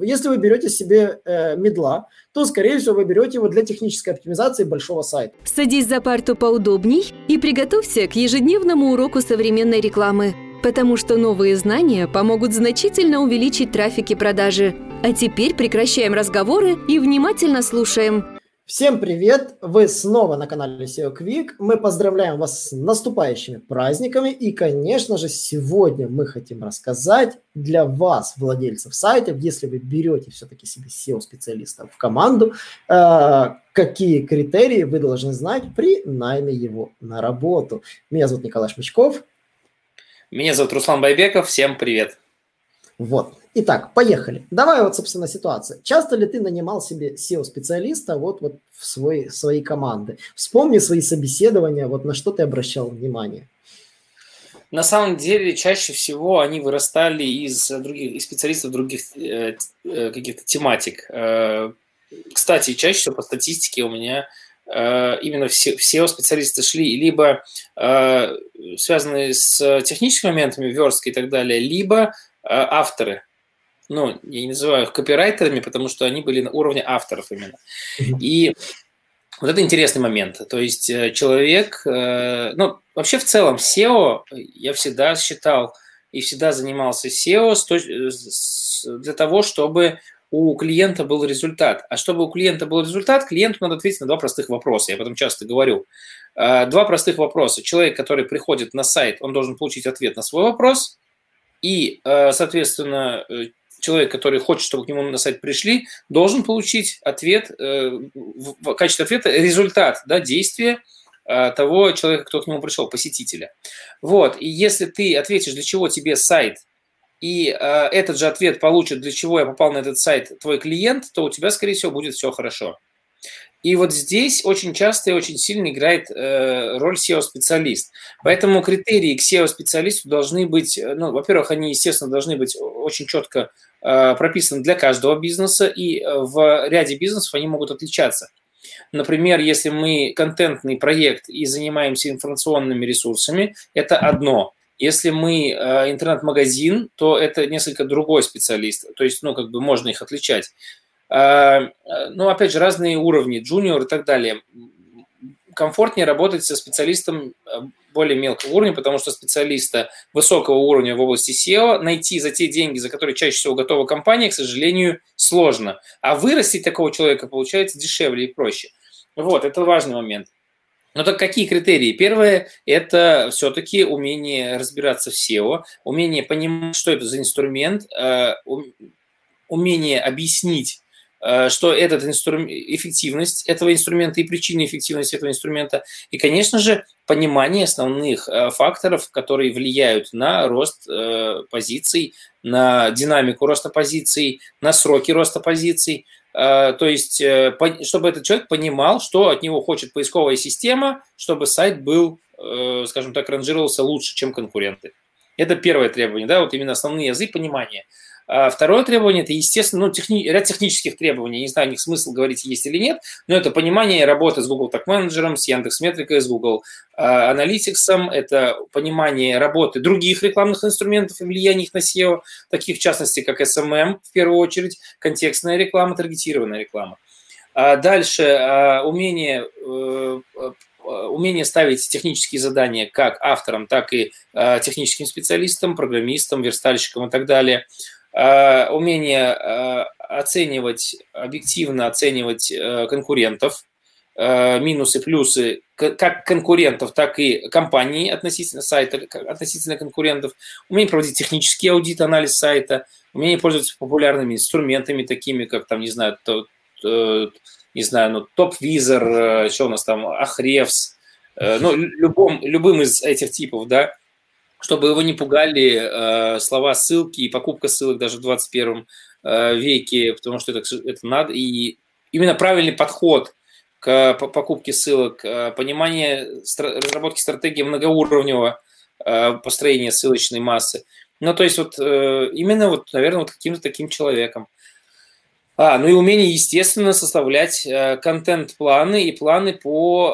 если вы берете себе медла, то, скорее всего, вы берете его для технической оптимизации большого сайта. Садись за парту поудобней и приготовься к ежедневному уроку современной рекламы, потому что новые знания помогут значительно увеличить трафик и продажи. А теперь прекращаем разговоры и внимательно слушаем. Всем привет! Вы снова на канале SEO Quick. Мы поздравляем вас с наступающими праздниками. И, конечно же, сегодня мы хотим рассказать для вас, владельцев сайтов, если вы берете все-таки себе SEO-специалиста в команду, какие критерии вы должны знать при найме его на работу. Меня зовут Николай Шмычков. Меня зовут Руслан Байбеков. Всем привет! Вот. Итак, поехали. Давай вот, собственно, ситуация. Часто ли ты нанимал себе SEO-специалиста вот в свои команды? Вспомни свои собеседования, вот на что ты обращал внимание. На самом деле, чаще всего они вырастали из специалистов других каких-то тематик. Кстати, чаще всего по статистике у меня именно SEO-специалисты шли либо связанные с техническими моментами, верстки и так далее, либо авторы. Ну, я не называю их копирайтерами, потому что они были на уровне авторов именно. И вот это интересный момент. То есть человек, ну, вообще в целом SEO я всегда считал и всегда занимался SEO для того, чтобы у клиента был результат. А чтобы у клиента был результат, клиенту надо ответить на два простых вопроса. Я об этом часто говорю. Два простых вопроса. Человек, который приходит на сайт, он должен получить ответ на свой вопрос. И, соответственно, человек, который хочет, чтобы к нему на сайт пришли, должен получить ответ, в качестве ответа результат, да, действия того человека, кто к нему пришел, посетителя. Вот. И если ты ответишь, для чего тебе сайт, и этот же ответ получит, для чего я попал на этот сайт, твой клиент, то у тебя, скорее всего, будет все хорошо. И вот здесь очень часто и очень сильно играет роль SEO-специалист. Поэтому критерии к SEO-специалисту должны быть, ну, во-первых, они, естественно, должны быть очень четко прописаны для каждого бизнеса, и в ряде бизнесов они могут отличаться. Например, если мы контентный проект и занимаемся информационными ресурсами, это одно. Если мы интернет-магазин, то это несколько другой специалист. То есть, ну, как бы можно их отличать. Ну, опять же, разные уровни, джуниор и так далее. Комфортнее работать со специалистом более мелкого уровня, потому что специалиста высокого уровня в области SEO найти за те деньги, за которые чаще всего готова компания, к сожалению, сложно. А вырастить такого человека получается дешевле и проще. Вот, это важный момент. Но так какие критерии? Первое – это все-таки умение разбираться в SEO, умение понимать, что это за инструмент, умение объяснить, что этот инструмент, эффективность этого инструмента и причины эффективности этого инструмента, и, конечно же, понимание основных факторов, которые влияют на рост позиций, на динамику роста позиций, на сроки роста позиций. То есть, чтобы этот человек понимал, что от него хочет поисковая система, чтобы сайт был, скажем так, ранжировался лучше, чем конкуренты. Это первое требование, да, вот именно основные азы понимания. Второе требование – это, естественно, ряд технических требований. Не знаю, у них смысл говорить, есть или нет, но это понимание работы с Google Tag Manager, с Яндекс.Метрикой, с Google Analytics, это понимание работы других рекламных инструментов и влияния их на SEO, таких в частности, как SMM, в первую очередь, контекстная реклама, таргетированная реклама. Дальше умение ставить технические задания как авторам, так и техническим специалистам, верстальщикам и так далее. Умение объективно оценивать конкурентов, минусы, плюсы, как конкурентов, так и компаний относительно сайта, относительно конкурентов, умение проводить технический аудит, анализ сайта, умение пользоваться популярными инструментами, такими как, там, не знаю, TopVisor, что у нас там, Ahrefs, ну, любым из этих типов, да, чтобы его не пугали слова ссылки и покупка ссылок даже в 21 веке, потому что это надо. И именно правильный подход к покупке ссылок, понимание разработки стратегии многоуровневого построения ссылочной массы. Ну, то есть вот именно, вот, наверное, вот каким-то таким человеком. Ну и умение, естественно, составлять контент-планы и планы по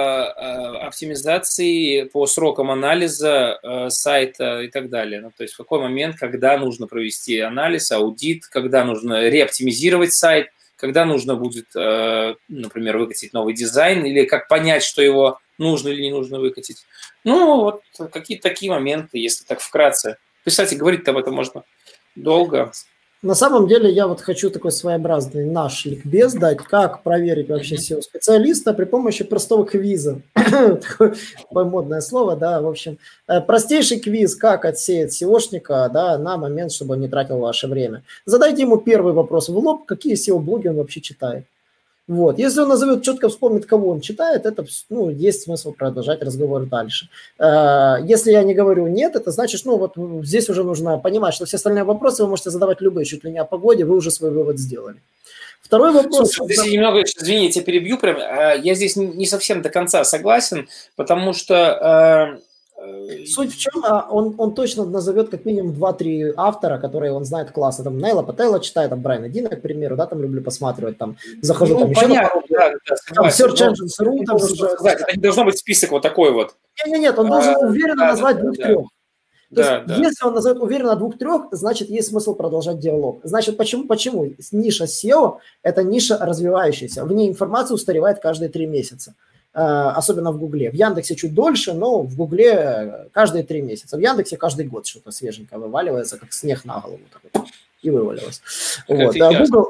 оптимизации, по срокам анализа сайта и так далее. Ну, то есть в какой момент, когда нужно провести анализ, аудит, когда нужно реоптимизировать сайт, когда нужно будет, например, выкатить новый дизайн, или как понять, что его нужно или не нужно выкатить. Ну, вот какие-то такие моменты, если так вкратце. Кстати, говорить-то об этом можно долго. На самом деле я вот хочу такой своеобразный наш ликбез дать, как проверить вообще SEO-специалиста при помощи простого квиза. Такое модное слово, да, в общем. Простейший квиз, как отсеять SEOшника, да, на момент, чтобы он не тратил ваше время. Задайте ему первый вопрос в лоб, какие SEO-блоги он вообще читает. Вот. Если он назовет, четко вспомнит, кого он читает, это, ну, есть смысл продолжать разговор дальше. Если я не говорю нет, это значит, ну, вот здесь уже нужно понимать, что все остальные вопросы вы можете задавать любые, чуть ли не о погоде, вы уже свой вывод сделали. Второй вопрос. Слушай, здесь немного, извини, я тебя перебью, прям, я здесь не совсем до конца согласен, потому что... Суть в чем, он точно назовет как минимум 2-3 автора, которые он знает классно. Там Нейла Пателла читает, там Брайана Дина, к примеру, да, там люблю посматривать, там захожу, ну, там понятно, еще на там Search Engines.ru, там сказать, это не должно быть список вот такой вот. Нет, он должен уверенно назвать 2-3. То есть, если он назовет уверенно 2-3, значит, есть смысл продолжать диалог. Значит, почему? Ниша SEO – это ниша развивающаяся. В ней информация устаревает каждые 3 месяца. Особенно в Гугле. В Яндексе чуть дольше, но в Гугле каждые 3 месяца. В Яндексе каждый год что-то свеженькое вываливается, как снег на голову. Так вот, и вывалилось. Вот. Google...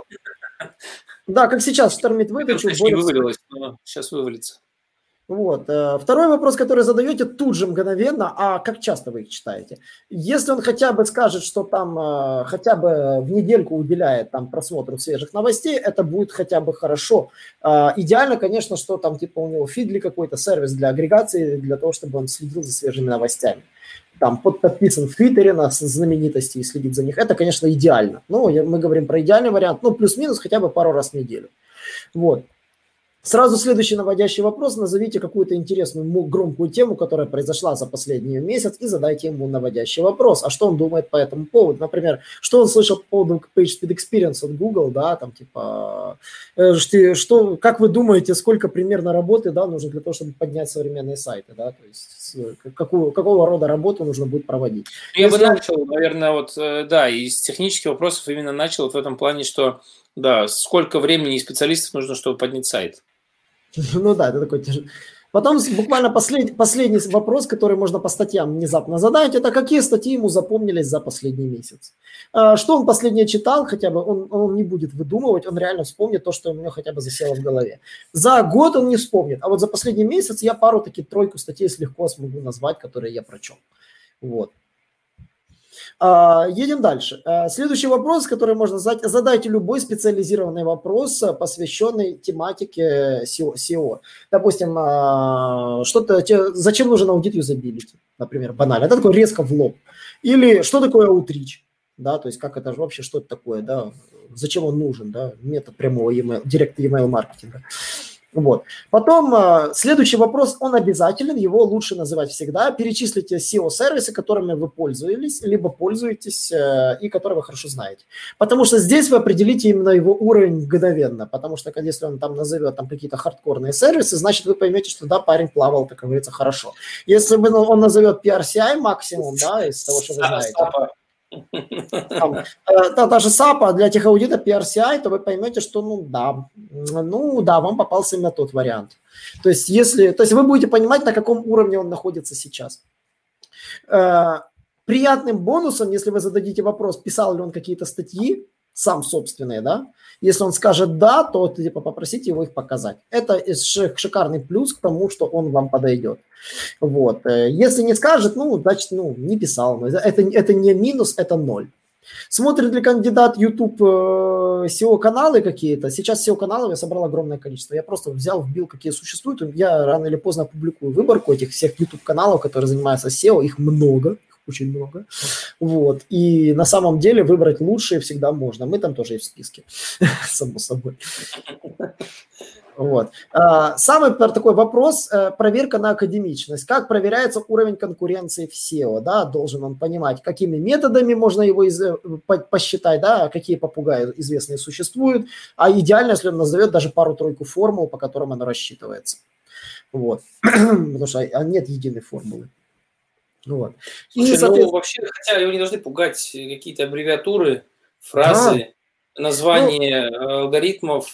Да, как сейчас штормит выдачу. Не вывалилось, но сейчас вывалится. Вот. Второй вопрос, который задаете тут же мгновенно, а как часто вы их читаете? Если он хотя бы скажет, что там хотя бы в недельку уделяет там просмотру свежих новостей, это будет хотя бы хорошо. Идеально, конечно, что там типа у него Feedly какой-то сервис для агрегации, для того, чтобы он следил за свежими новостями. Там подписан в Твиттере на знаменитости и следит за них. Это, конечно, идеально. Но мы говорим про идеальный вариант, ну, плюс-минус хотя бы пару раз в неделю. Вот. Сразу следующий наводящий вопрос. Назовите какую-то интересную, громкую тему, которая произошла за последний месяц, и задайте ему наводящий вопрос. А что он думает по этому поводу? Например, что он слышал по поводу PageSpeed Experience от Google, да, там типа, как вы думаете, сколько примерно работы, да, нужно для того, чтобы поднять современные сайты, да, то есть какого рода работу нужно будет проводить. Я бы начал, наверное, вот, да, из технических вопросов именно начал вот в этом плане, что, да, сколько времени и специалистов нужно, чтобы поднять сайт. Ну да, это такой тяжелый. Потом буквально последний вопрос, который можно по статьям внезапно задать, это какие статьи ему запомнились за последний месяц. Что он последнее читал, хотя бы он не будет выдумывать, он реально вспомнит то, что у него хотя бы засело в голове. За год он не вспомнит, а вот за последний месяц я тройку статей легко смогу назвать, которые я прочел. Вот. Едем дальше. Следующий вопрос, который можно задать. Задайте любой специализированный вопрос, посвященный тематике SEO. Допустим, зачем нужен аудит юзабилити, например, банально. Это такое резко в лоб. Или что такое outreach, да, то есть как это же вообще, что это такое, да, зачем он нужен, да, метод прямого директ email маркетинга. Вот. Потом следующий вопрос, он обязателен, его лучше называть всегда. Перечислите SEO-сервисы, которыми вы пользовались, либо пользуетесь и которые вы хорошо знаете. Потому что здесь вы определите именно его уровень мгновенно. Потому что если он там назовет там какие-то хардкорные сервисы, значит вы поймете, что да, парень плавал, так говорится, хорошо. Если он назовет PRCI максимум, да, из того, что вы знаете. Та же SAP для техаудита PRCI, то вы поймете, что ну да, вам попался именно тот вариант. То есть вы будете понимать, на каком уровне он находится сейчас. Приятным бонусом, если вы зададите вопрос, писал ли он какие-то статьи, сам собственные, да, если он скажет да, то типа попросите его их показать. Это шикарный плюс к тому, что он вам подойдет. Вот. Если не скажет, значит, не писал. Это не минус, это 0. Смотрит ли кандидат YouTube SEO-каналы какие-то? Сейчас SEO-каналов я собрал огромное количество. Я просто вбил, какие существуют. Я рано или поздно опубликую выборку этих всех YouTube-каналов, которые занимаются SEO. Их много. Очень много. Вот. И на самом деле выбрать лучшие всегда можно. Мы там тоже и в списке, само собой. Вот. Самый такой вопрос, проверка на академичность. Как проверяется уровень конкуренции в SEO? Да? Должен он понимать, какими методами можно его посчитать, да? Какие попугаи известные существуют. А идеально, если он назовет даже пару-тройку формул, по которым оно рассчитывается. Вот. Потому что нет единой формулы. Вот. Слушай, вообще, хотя его не должны пугать какие-то аббревиатуры, фразы, названия алгоритмов,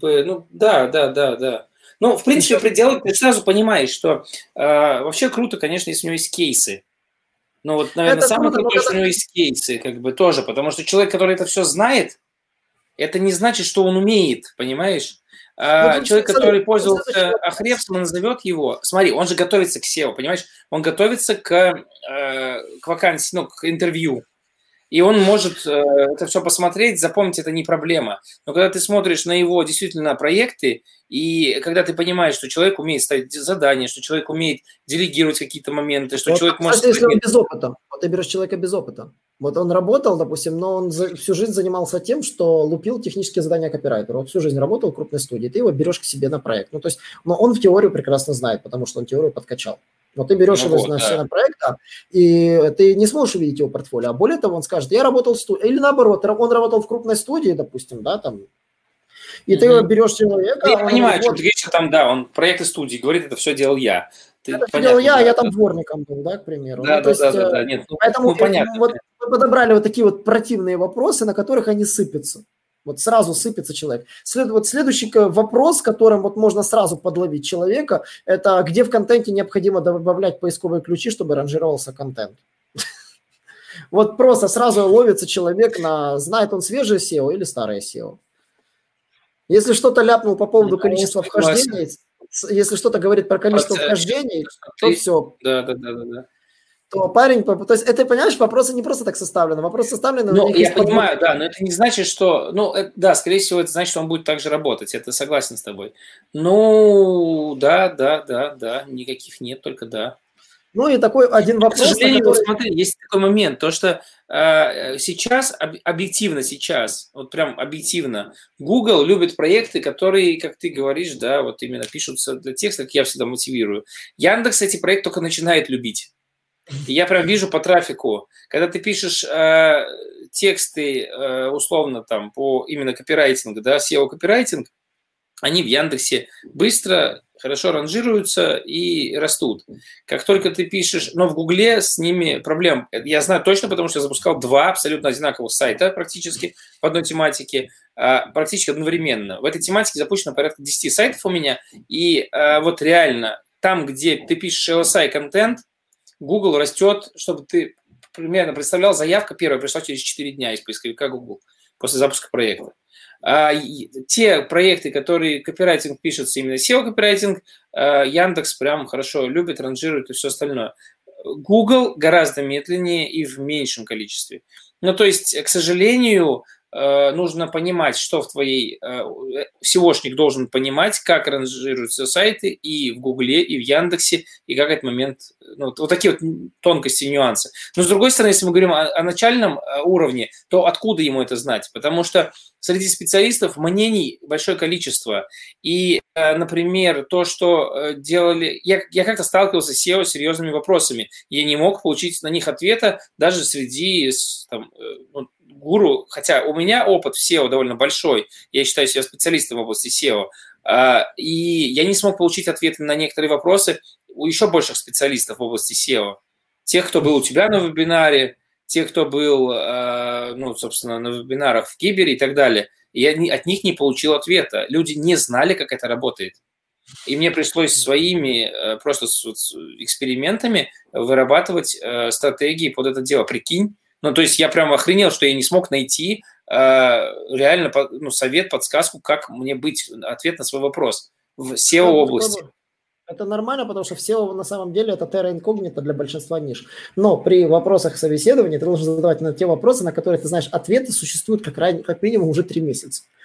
да. Ну, в принципе, предел, ты сразу понимаешь, что вообще круто, конечно, если у него есть кейсы. Ну, вот, наверное, это самое крутое, что у него есть кейсы, тоже, потому что человек, который это все знает, это не значит, что он умеет, понимаешь? Человек, который пользовался Ahrefs, он назовет его. Смотри, он же готовится к SEO, понимаешь? Он готовится к вакансии, к интервью. И он может это все посмотреть, запомнить, это не проблема. Но когда ты смотришь на его действительно проекты, и когда ты понимаешь, что человек умеет ставить задания, что человек умеет делегировать какие-то моменты, что человек может... Если он без опыта, ты берешь человека без опыта. Вот он работал, допустим, но он всю жизнь занимался тем, что лупил технические задания копирайтера. Он всю жизнь работал в крупной студии, ты его берешь к себе на проект. Ну, то есть, но он в теорию прекрасно знает, потому что он теорию подкачал. Вот ты берешь его на проект, и ты не сможешь увидеть его портфолио. А более того, он скажет, я работал в студии, или наоборот, он работал в крупной студии, допустим, да, там, и ты берешь человека... Я понимаю, что ты говоришь, там, да, он проекты студии, говорит, это все делал я. Это делал я там дворником был, да, к примеру. Да, нет, поэтому понятно. Вот мы подобрали вот такие вот противные вопросы, на которых они сыпятся. Вот сразу сыпется человек. Следующий вопрос, которым вот можно сразу подловить человека, это где в контенте необходимо добавлять поисковые ключи, чтобы ранжировался контент. Вот просто сразу ловится человек на, знает он свежее SEO или старое SEO. Если что-то ляпнул по поводу количества вхождений, если что-то говорит про количество вхождений, то все. Да. То парень, то есть это, понимаешь, вопросы не просто так составлены, вопрос составлен. Ну, я понимаю, да, но это не значит, что, да, скорее всего, это значит, что он будет так же работать, это согласен с тобой. Ну, да, никаких нет, только да. Ну и такой один вопрос. К сожалению, вот смотри, есть такой момент, то что сейчас, объективно сейчас, вот прям объективно, Google любит проекты, которые, как ты говоришь, да, вот именно пишутся для текста, как я всегда мотивирую. Яндекс эти проекты только начинает любить. И я прям вижу по трафику, когда ты пишешь тексты, условно, там, по именно копирайтингу, да, SEO-копирайтинг, они в Яндексе быстро, хорошо ранжируются и растут. Как только ты пишешь, но в Гугле с ними проблем. Я знаю точно, потому что я запускал 2 абсолютно одинаковых сайта практически в одной тематике, практически одновременно. В этой тематике запущено порядка 10 сайтов у меня, и вот реально там, где ты пишешь LSI-контент, Google растет, чтобы ты примерно представлял, заявка первая пришла через 4 дня из поисковика Google после запуска проекта. Те проекты, которые копирайтинг пишется, именно SEO-копирайтинг, Яндекс прям хорошо любит, ранжирует и все остальное. Google гораздо медленнее и в меньшем количестве. Ну, то есть, к сожалению, нужно понимать, что в твоей... SEOшник должен понимать, как ранжируются сайты и в Гугле, и в Яндексе, и как этот момент... Ну, вот такие вот тонкости, нюансы. Но, с другой стороны, если мы говорим о начальном уровне, то откуда ему это знать? Потому что среди специалистов мнений большое количество. И, например, то, что делали... Я как-то сталкивался с SEO с серьезными вопросами. Я не мог получить на них ответа даже среди... Там, гуру, хотя у меня опыт в SEO довольно большой, я считаю себя специалистом в области SEO, и я не смог получить ответы на некоторые вопросы у еще больших специалистов в области SEO. Тех, кто был у тебя на вебинаре, тех, кто был, собственно, на вебинарах в Кибере и так далее. И я от них не получил ответа. Люди не знали, как это работает. И мне пришлось своими просто экспериментами вырабатывать стратегии под это дело. Прикинь. Ну, то есть я прям охренел, что я не смог найти реально совет, подсказку, как мне быть, ответ на свой вопрос в SEO-области. Это нормально, потому что в SEO на самом деле это terra incognita для большинства ниш. Но при вопросах собеседования ты должен задавать те вопросы, на которые ты знаешь ответы, существуют как минимум уже 3 месяца.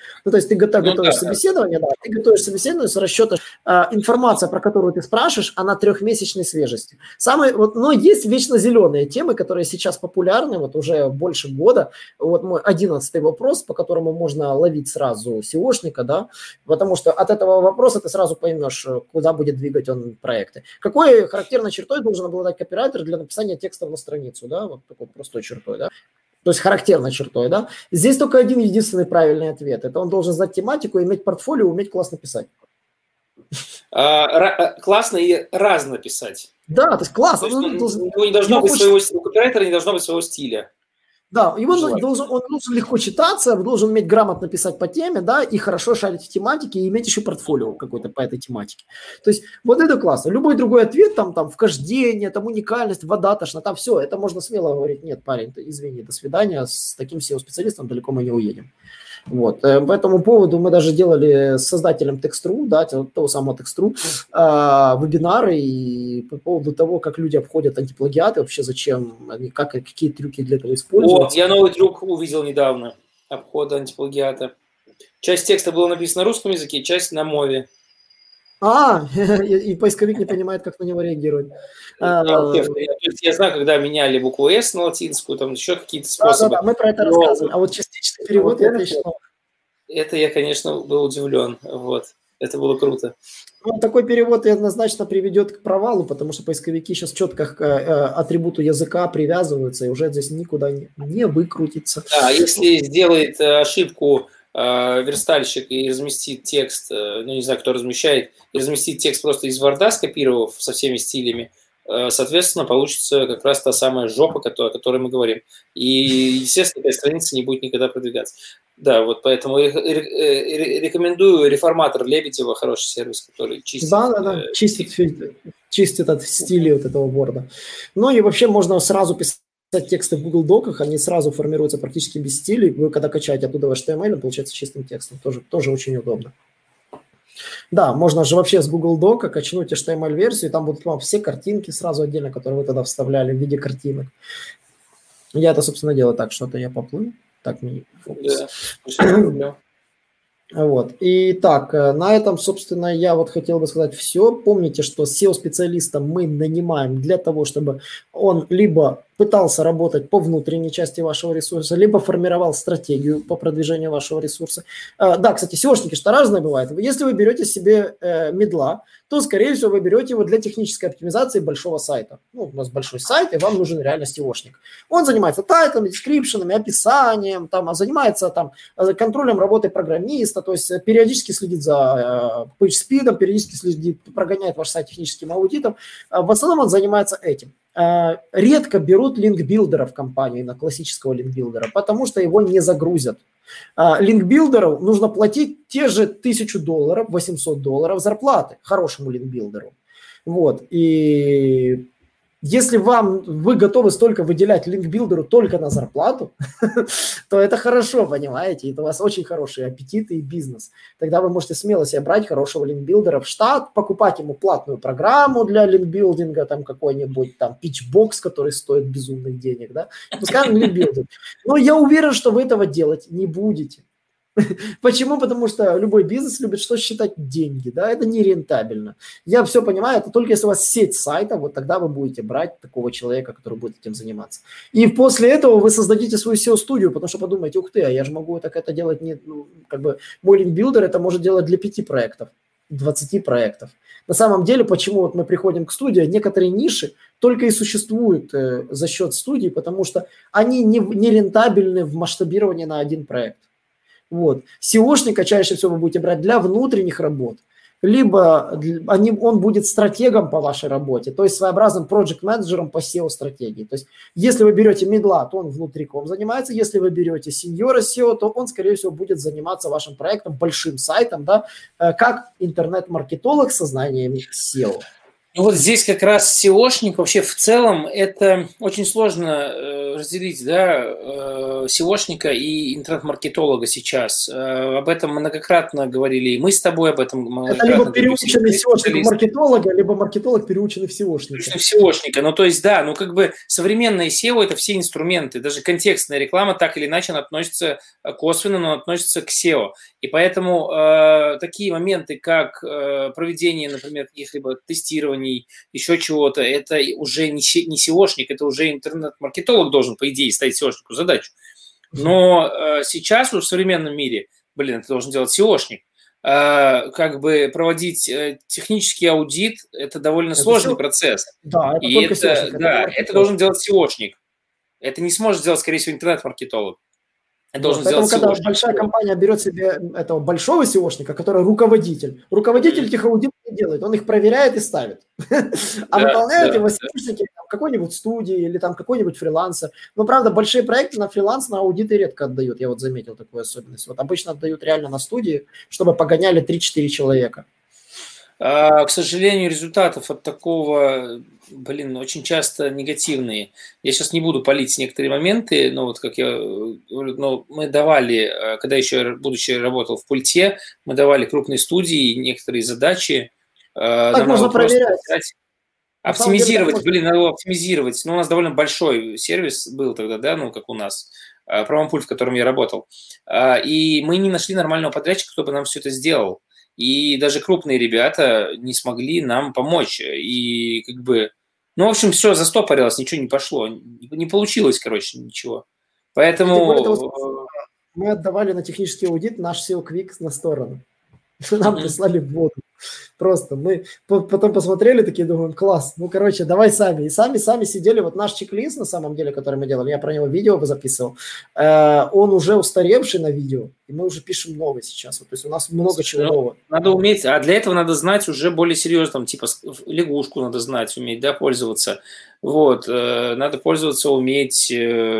Ну, то есть ты готовишь собеседование, да, ты готовишь собеседование с расчета, информация, про которую ты спрашиваешь, она 3-месячной свежести. Но есть вечно зеленые темы, которые сейчас популярны, вот уже больше года. Вот мой 11-й вопрос, по которому можно ловить сразу SEOшника, да, потому что от этого вопроса ты сразу поймешь, куда будет двигать он проекты. Какой характерной чертой должен обладать копирайтер для написания текстов на страницу, да, вот такой простой чертой, да. То есть характерной чертой, да. Здесь только один единственный правильный ответ. Это он должен знать тематику, иметь портфолио, уметь классно писать. Классно и разно писать. Да, то есть классно. То есть у копирайтера не должно быть своего стиля. Да, он должен легко читаться, должен уметь грамотно писать по теме, да, и хорошо шарить в тематике, и иметь еще портфолио какое-то по этой тематике. То есть вот это классно. Любой другой ответ, там вхождение, там уникальность, вода, тошнота, там все, это можно смело говорить, нет, парень, извини, до свидания, с таким SEO-специалистом далеко мы не уедем. Вот. По этому поводу мы даже делали с создателем Text.ru, да, того самого Text.ru, вебинары и по поводу того, как люди обходят антиплагиаты, вообще зачем, какие трюки для этого используют. Я новый трюк увидел недавно, обхода антиплагиата. Часть текста была написана на русском языке, часть на мове. И поисковик не понимает, как на него реагировать. Я знаю, когда меняли букву «С» на латинскую, там еще какие-то способы. Да, мы про это рассказывали. А вот частичный перевод, это я, конечно, был удивлен. Вот. Это было круто. Ну, такой перевод однозначно приведет к провалу, потому что поисковики сейчас четко к атрибуту языка привязываются, и уже здесь никуда не выкрутится. Да, если сделает ошибку верстальщик и разместит текст, не знаю, кто размещает, и разместит текст просто из Word, скопировав со всеми стилями, соответственно, получится как раз та самая жопа, о которой мы говорим. И, естественно, эта страница не будет никогда продвигаться. Да, вот поэтому рекомендую реформатор Лебедева, хороший сервис, который чистит. Да, чистит от стиля вот этого борда. Ну и вообще можно сразу писать тексты в Google Доках, они сразу формируются практически без стилей. Вы когда качаете оттуда HTML, он получается чистым текстом. Тоже очень удобно. Да, можно же вообще с Google Дока качнуть HTML-версию, и там будут вам все картинки сразу отдельно, которые вы тогда вставляли в виде картинок. Я это, собственно, делаю так, что-то я поплыл. Так, мне фокус. Да. Вот. И так, на этом, собственно, я вот хотел бы сказать все. Помните, что SEO-специалиста мы нанимаем для того, чтобы он либо пытался работать по внутренней части вашего ресурса, либо формировал стратегию по продвижению вашего ресурса. Да, кстати, SEOшники что разные бывают. Если вы берете себе медла, то, скорее всего, вы берете его для технической оптимизации большого сайта. Ну, у нас большой сайт, и вам нужен реально SEOшник. Он занимается тайтлами, дескрипшенами, описанием, там, занимается там, контролем работы программиста, то есть периодически следит за PageSpeed, периодически следит, прогоняет ваш сайт техническим аудитом. В основном он занимается этим. Редко берут линкбилдера в компанию, на классического линкбилдера, потому что его не загрузят. Линкбилдеру нужно платить те же $1000, $800 зарплаты хорошему линкбилдеру. Вот. И если вы готовы столько выделять линкбилдеру только на зарплату, то это хорошо, понимаете? Это у вас очень хорошие аппетиты и бизнес. Тогда вы можете смело себе брать хорошего линкбилдера в штат, покупать ему платную программу для линкбилдинга, там какой-нибудь там питчбокс, который стоит безумных денег, да? Пускай он линкбилдинг. Но я уверен, что вы этого делать не будете. Почему? Потому что любой бизнес любит что считать деньги, да, это нерентабельно. Я все понимаю, это только если у вас сеть сайтов, вот тогда вы будете брать такого человека, который будет этим заниматься. И после этого вы создадите свою SEO-студию, потому что подумаете, ух ты, а я же могу так это делать, мой линкбилдер это может делать для 5 проектов, 20 проектов. На самом деле, почему вот мы приходим к студии, некоторые ниши только и существуют за счет студий, потому что они не рентабельны в масштабировании на один проект. Вот. SEOшника чаще всего вы будете брать для внутренних работ, либо он будет стратегом по вашей работе, то есть своеобразным проект-менеджером по SEO-стратегии. То есть если вы берете мидла, то он внутриком занимается, если вы берете сеньора SEO, то он, скорее всего, будет заниматься вашим проектом, большим сайтом, да, как интернет-маркетолог со знаниями SEO. Ну вот здесь как раз SEOшник вообще в целом это очень сложно разделить, да, SEOшника и интернет-маркетолога сейчас. Об этом многократно говорили, и мы с тобой об этом многократно. Это либо переученный SEOшник маркетолога, либо маркетолог переученный в SEOшника. В SEOшника, ну то есть да, ну как бы современное SEO это все инструменты, даже контекстная реклама так или иначе она относится косвенно, но относится к SEO. И поэтому такие моменты, как проведение, например, каких-либо тестирований, еще чего-то, это уже не SEOшник, это уже интернет-маркетолог должен, по идее, ставить SEOшнику задачу. Но сейчас уже в современном мире, это должен делать SEOшник. Как бы проводить технический аудит – это довольно сложный процесс. Да, это только SEOшник. Это должен делать SEOшник. Это не сможет сделать, скорее всего, интернет-маркетолог. Поэтому, когда большая компания берет себе этого большого SEOшника, который руководитель этих аудитов не делает, он их проверяет и ставит. А выполняют его SEOшники какой-нибудь студии или там какой-нибудь фрилансер. Но, правда, большие проекты на фриланс, на аудиты редко отдают. Я вот заметил такую особенность. Вот обычно отдают реально на студии, чтобы погоняли 3-4 человека. К сожалению, результатов от такого, очень часто негативные. Я сейчас не буду палить некоторые моменты, но вот как я говорю, мы давали, когда еще, будучи работал в Пульте, мы давали крупной студии некоторые задачи. Так можно проверять. Оптимизировать, надо было оптимизировать. Но у нас довольно большой сервис был тогда, да, как у нас, Промопульт, в котором я работал. И мы не нашли нормального подрядчика, кто бы нам все это сделал. И даже крупные ребята не смогли нам помочь. И в общем, все застопорилось, ничего не пошло. Не получилось, ничего. Поэтому... Мы отдавали на технический аудит наш SEO Quick на сторону. Нам прислали в воду. Просто мы потом посмотрели, такие думаем, класс, давай сами. И сами сидели, вот наш чек-лист, на самом деле, который мы делали, я про него видео записывал, он уже устаревший на видео, и мы уже пишем новый сейчас. То есть у нас много чего нового. Надо уметь, а для этого надо знать уже более серьезно, типа лягушку надо знать, уметь, да, пользоваться. Надо пользоваться, уметь,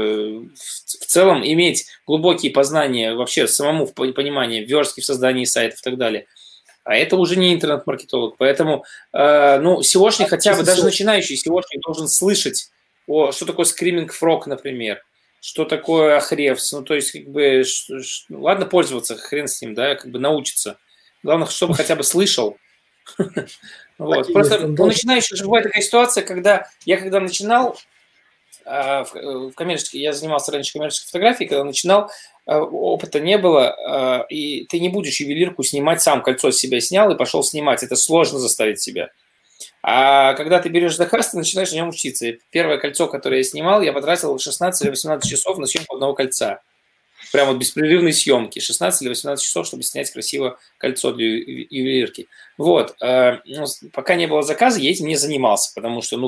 в целом иметь глубокие познания вообще самому в понимании, в верстке, в создании сайтов и так далее. А это уже не интернет-маркетолог. Поэтому, SEOшник хотя бы, даже начинающий SEOшник должен слышать, что такое Screaming Frog, например, что такое Ahrefs. То есть, ладно пользоваться, хрен с ним, да, научиться. Главное, чтобы хотя бы слышал. Просто у начинающих же бывает такая ситуация, когда начинал в коммерческой, я занимался раньше коммерческой фотографией, когда начинал, опыта не было, и ты не будешь ювелирку снимать сам, кольцо с себя снял и пошел снимать, это сложно заставить себя. А когда ты берешь заказ, ты начинаешь на нем учиться. И первое кольцо, которое я снимал, я потратил 16 или 18 часов на съемку одного кольца. Прямо беспрерывной съемки. 16 или 18 часов, чтобы снять красиво кольцо для ювелирки. Пока не было заказа, я этим не занимался, потому что,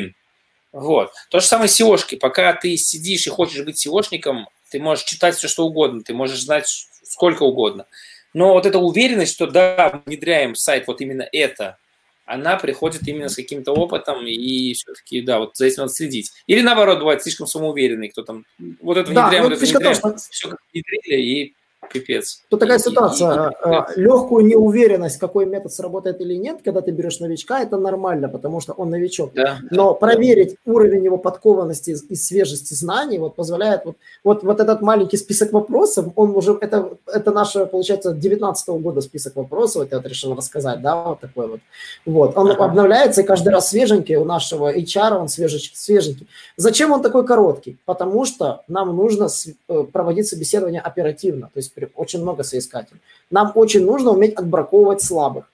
То же самое с SEOшкой. Пока ты сидишь и хочешь быть SEOшником, ты можешь читать все, что угодно, ты можешь знать сколько угодно. Но эта уверенность, что да, внедряем сайт именно это, она приходит именно с каким-то опытом, и все-таки, да, за этим надо следить. Или наоборот, бывает слишком самоуверенный, кто там, это внедряем, все как внедрили, и пипец. Тут такая ситуация, легкую неуверенность, какой метод сработает или нет, когда ты берешь новичка, это нормально, потому что он новичок. Да, но проверить уровень его подкованности и свежести знаний позволяет этот маленький список вопросов, он уже, это наш, получается, 19-го года список вопросов, я решил рассказать, да, такой Он обновляется, и каждый раз свеженький, у нашего HR он свеженький. Зачем он такой короткий? Потому что нам нужно проводить собеседование оперативно, то есть очень много соискателей. Нам очень нужно уметь отбраковывать слабых.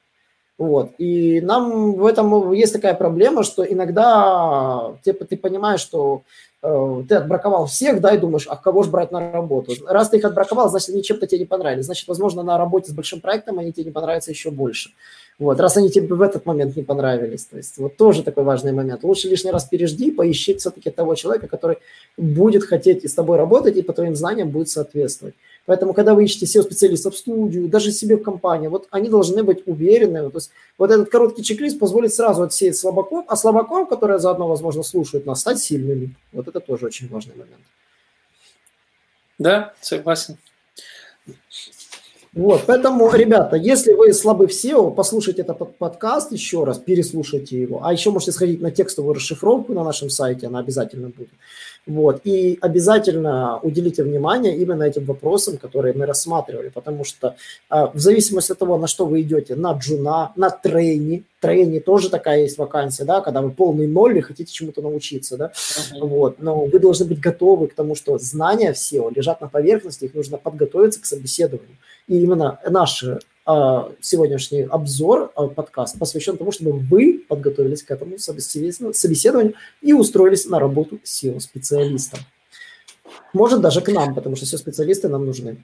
И нам в этом есть такая проблема, что иногда ты понимаешь, что ты отбраковал всех, да, и думаешь, а кого же брать на работу? Раз ты их отбраковал, значит, они чем-то тебе не понравились. Значит, возможно, на работе с большим проектом они тебе не понравятся еще больше. Раз они тебе в этот момент не понравились. То есть тоже такой важный момент. Лучше лишний раз пережди, поищи все-таки того человека, который будет хотеть с тобой работать и по твоим знаниям будет соответствовать. Поэтому, когда вы ищете SEO-специалистов в студию, даже себе в компании, они должны быть уверены. То есть этот короткий чек-лист позволит сразу отсеять слабаков, а слабаков, которые заодно, возможно, слушают нас, стать сильными. Это тоже очень важный момент. Да, согласен. Поэтому, ребята, если вы слабы в SEO, послушайте этот подкаст еще раз, переслушайте его. А еще можете сходить на текстовую расшифровку на нашем сайте, она обязательно будет. И обязательно уделите внимание именно этим вопросам, которые мы рассматривали, потому что в зависимости от того, на что вы идете, на джуна, на трейни тоже такая есть вакансия, да, когда вы полный ноль и хотите чему-то научиться, да, но вы должны быть готовы к тому, что знания в SEO лежат на поверхности, их нужно подготовиться к собеседованию. И именно наш сегодняшний обзор, подкаст посвящен тому, чтобы вы подготовились к этому собеседованию и устроились на работу SEO-специалистом. Может, даже к нам, потому что SEO-специалисты нам нужны.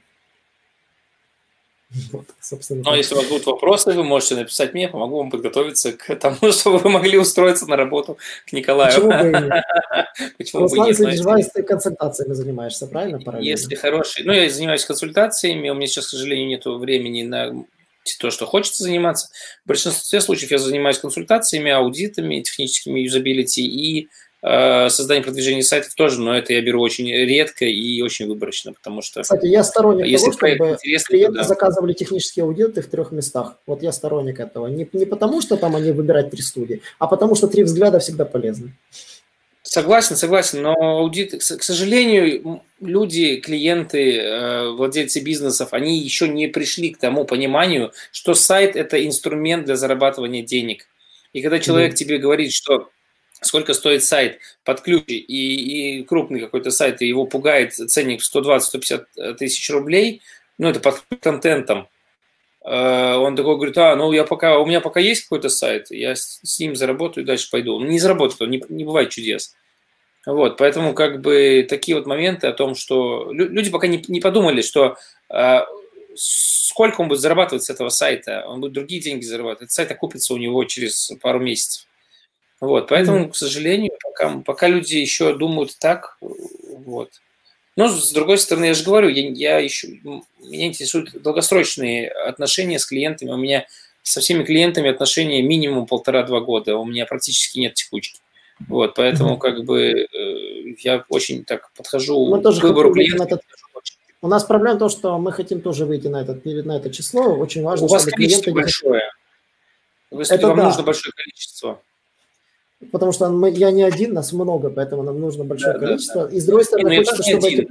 Вот, собственно. Но если у вас будут вопросы, вы можете написать мне, помогу вам подготовиться к тому, чтобы вы могли устроиться на работу к Николаю. Почему бы и нет? Почему бы и нет? Руслан, ты консультациями занимаешься, правильно? Если хороший... Ну, я занимаюсь консультациями, у меня сейчас, к сожалению, нет времени на то, что хочется заниматься. В большинстве случаев я занимаюсь консультациями, аудитами, техническими юзабилити и создание продвижения сайтов тоже, но это я беру очень редко и очень выборочно, потому что... Кстати, я сторонник если того, чтобы клиенты да. заказывали технические аудиты в 3 местах. Вот я сторонник этого. Не потому, что там они выбирают 3 студии, а потому что 3 взгляда всегда полезны. Согласен, но аудит, к сожалению, люди, клиенты, владельцы бизнесов, они еще не пришли к тому пониманию, что сайт – это инструмент для зарабатывания денег. И когда человек тебе говорит, что сколько стоит сайт под ключ и крупный какой-то сайт, и его пугает ценник в 120-150 тысяч рублей, ну, это под контентом, он такой говорит, у меня пока есть какой-то сайт, я с ним заработаю и дальше пойду. Он не заработает, не бывает чудес. Вот, поэтому как бы такие вот моменты о том, что люди пока не подумали, что сколько он будет зарабатывать с этого сайта, он будет другие деньги зарабатывать, этот сайт окупится у него через пару месяцев. Вот, поэтому, к сожалению, пока люди еще думают так, вот. Но, с другой стороны, я же говорю, меня интересуют долгосрочные отношения с клиентами. У меня со всеми клиентами отношения минимум 1,5-2 года. У меня практически нет текучки. Вот, поэтому как бы я очень так подхожу к выбору клиентов. У нас проблема в том, что мы хотим тоже выйти на это число. Очень важно, у вас количество большое. Вам нужно большое количество. Потому что я не один, нас много, поэтому нам нужно большое количество. И с другой стороны, хочется, чтобы...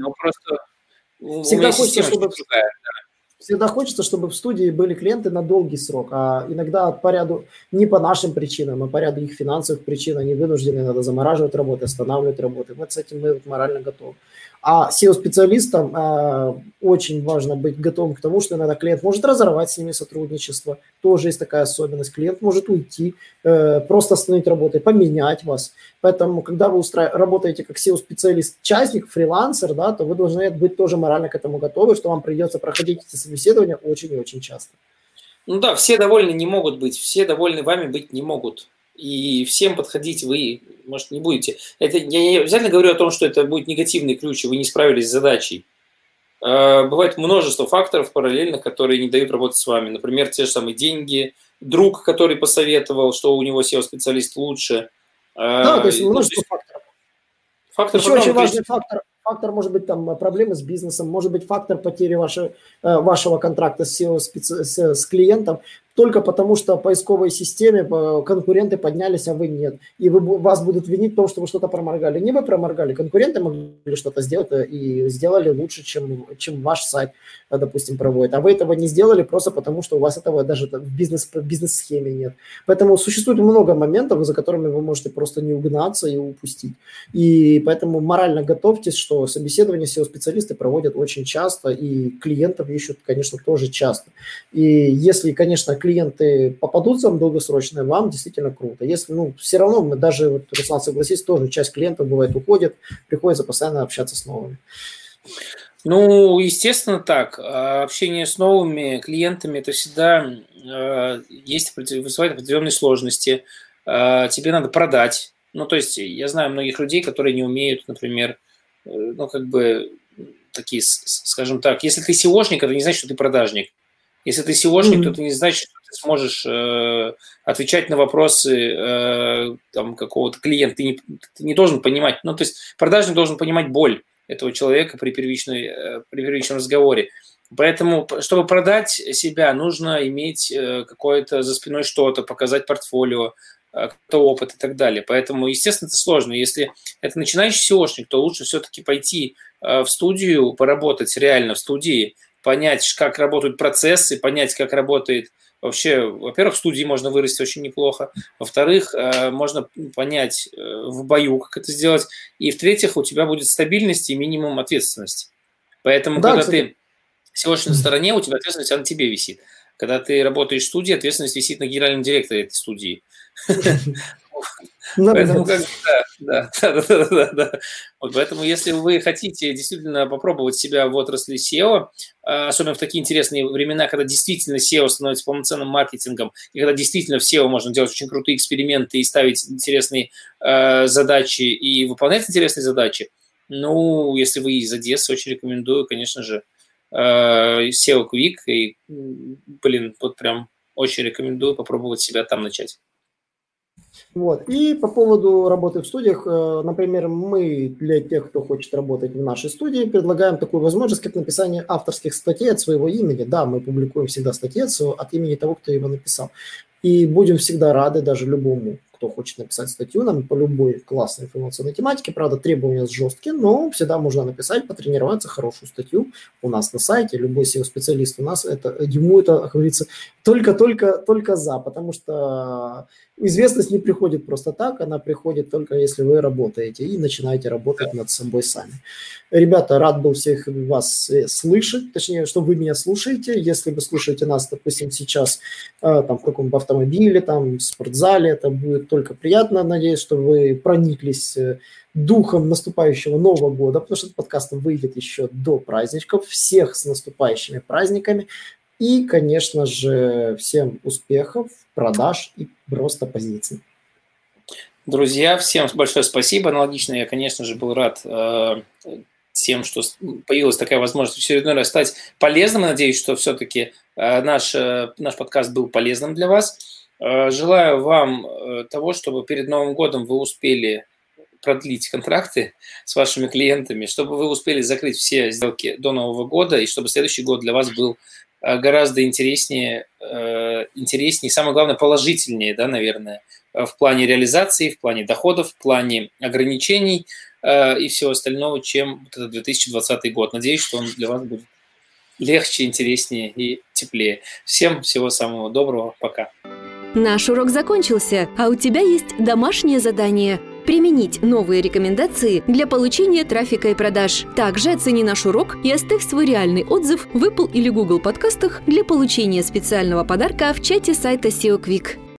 Всегда хочется, чтобы в студии были клиенты на долгий срок, а иногда по ряду, не по нашим причинам, а по ряду их финансовых причин, они вынуждены, надо замораживать работы, останавливать работы. Вот с этим мы морально готовы. А SEO-специалистам очень важно быть готовым к тому, что иногда клиент может разорвать с ними сотрудничество. Тоже есть такая особенность. Клиент может уйти, просто остановить работу, поменять вас. Поэтому, когда вы работаете как SEO-специалист, частник, фрилансер, да, то вы должны быть тоже морально к этому готовы, что вам придется проходить эти собеседования очень и очень часто. Ну да, все довольны не могут быть, все довольны вами быть не могут. И всем подходить вы, может, не будете. Это я не обязательно говорю о том, что это будет негативный ключ, и вы не справились с задачей. Бывает множество факторов параллельных, которые не дают работать с вами. Например, те же самые деньги, друг, который посоветовал, что у него SEO-специалист лучше. Да, то есть множество факторов. Еще очень важный фактор может быть там проблемы с бизнесом, может быть фактор потери вашего контракта с клиентом, только потому что в поисковой системе конкуренты поднялись, а вы нет. И вас будут винить в том, что вы что-то проморгали. Не вы проморгали, конкуренты могли что-то сделать и сделали лучше, чем ваш сайт, допустим, проводит. А вы этого не сделали просто потому, что у вас этого даже в бизнес-схеме нет. Поэтому существует много моментов, за которыми вы можете просто не угнаться и упустить. И поэтому морально готовьтесь, что собеседование SEO-специалисты проводят очень часто, и клиентов ищут, конечно, тоже часто. И если, конечно, клиенты попадутся вам долгосрочно, вам действительно круто. Если, все равно мы даже, вот, Руслан, согласись, тоже часть клиентов бывает уходит, приходится постоянно общаться с новыми. Ну, естественно, так. Общение с новыми клиентами – это всегда вызывает определенные сложности. Тебе надо продать. Ну, то есть я знаю многих людей, которые не умеют, например, такие, скажем так, если ты SEOшник, это не значит, что ты продажник. Если ты SEOшник, то это не значит, что ты сможешь отвечать на вопросы какого-то клиента. Ты не должен понимать, то есть продажник должен понимать боль этого человека при первичном разговоре. Поэтому, чтобы продать себя, нужно иметь какое-то за спиной что-то, показать портфолио, какой-то опыт и так далее. Поэтому, естественно, это сложно. Если это начинающий SEOшник, то лучше все-таки пойти в студию, поработать реально в студии, понять, как работают процессы, понять, как работает вообще. Во-первых, в студии можно вырасти очень неплохо. Во-вторых, можно понять в бою, как это сделать. И в-третьих, у тебя будет стабильность и минимум ответственности. Поэтому, когда ты SEO-шной стороне у тебя ответственность, она на тебе висит. Когда ты работаешь в студии, ответственность висит на генеральном директоре этой студии. Поэтому да. Вот поэтому, если вы хотите действительно попробовать себя в отрасли SEO, особенно в такие интересные времена, когда действительно SEO становится полноценным маркетингом, и когда действительно в SEO можно делать очень крутые эксперименты и ставить интересные задачи и выполнять интересные задачи, ну, если вы из Одессы, очень рекомендую, конечно же, SEO Quick. И, вот прям очень рекомендую попробовать себя там начать. Вот. И по поводу работы в студиях, например, мы для тех, кто хочет работать в нашей студии, предлагаем такую возможность, как написание авторских статей от своего имени. Да, мы публикуем всегда статьи от имени того, кто его написал. И будем всегда рады даже любому, кто хочет написать статью нам по любой классной информационной тематике. Правда, требования жесткие, но всегда можно написать, потренироваться, хорошую статью у нас на сайте. Любой SEO-специалист у нас, ему это, как говорится, только за, потому что известность не приходит просто так, она приходит только если вы работаете и начинаете работать над собой сами. Ребята, рад был всех вас слышать, точнее, что вы меня слушаете. Если вы слушаете нас, допустим, сейчас там, в каком-то автомобиле, там, в спортзале, это будет только приятно. Надеюсь, что вы прониклись духом наступающего Нового года, потому что этот подкаст выйдет еще до праздничков. Всех с наступающими праздниками. И, конечно же, всем успехов, продаж и просто позиций. Друзья, всем большое спасибо. Аналогично я, конечно же, был рад тем, что появилась такая возможность в очередной раз стать полезным. Надеюсь, что все-таки наш подкаст был полезным для вас. Желаю вам того, чтобы перед Новым годом вы успели продлить контракты с вашими клиентами, чтобы вы успели закрыть все сделки до Нового года, и чтобы следующий год для вас был гораздо интереснее, самое главное, положительнее, да, наверное, в плане реализации, в плане доходов, в плане ограничений и всего остального, чем вот этот 2020 год. Надеюсь, что он для вас будет легче, интереснее и теплее. Всем всего самого доброго. Пока. Наш урок закончился, а у тебя есть домашнее задание – применить новые рекомендации для получения трафика и продаж. Также оцени наш урок и оставь свой реальный отзыв в Apple или Google подкастах для получения специального подарка в чате сайта SEO Quick.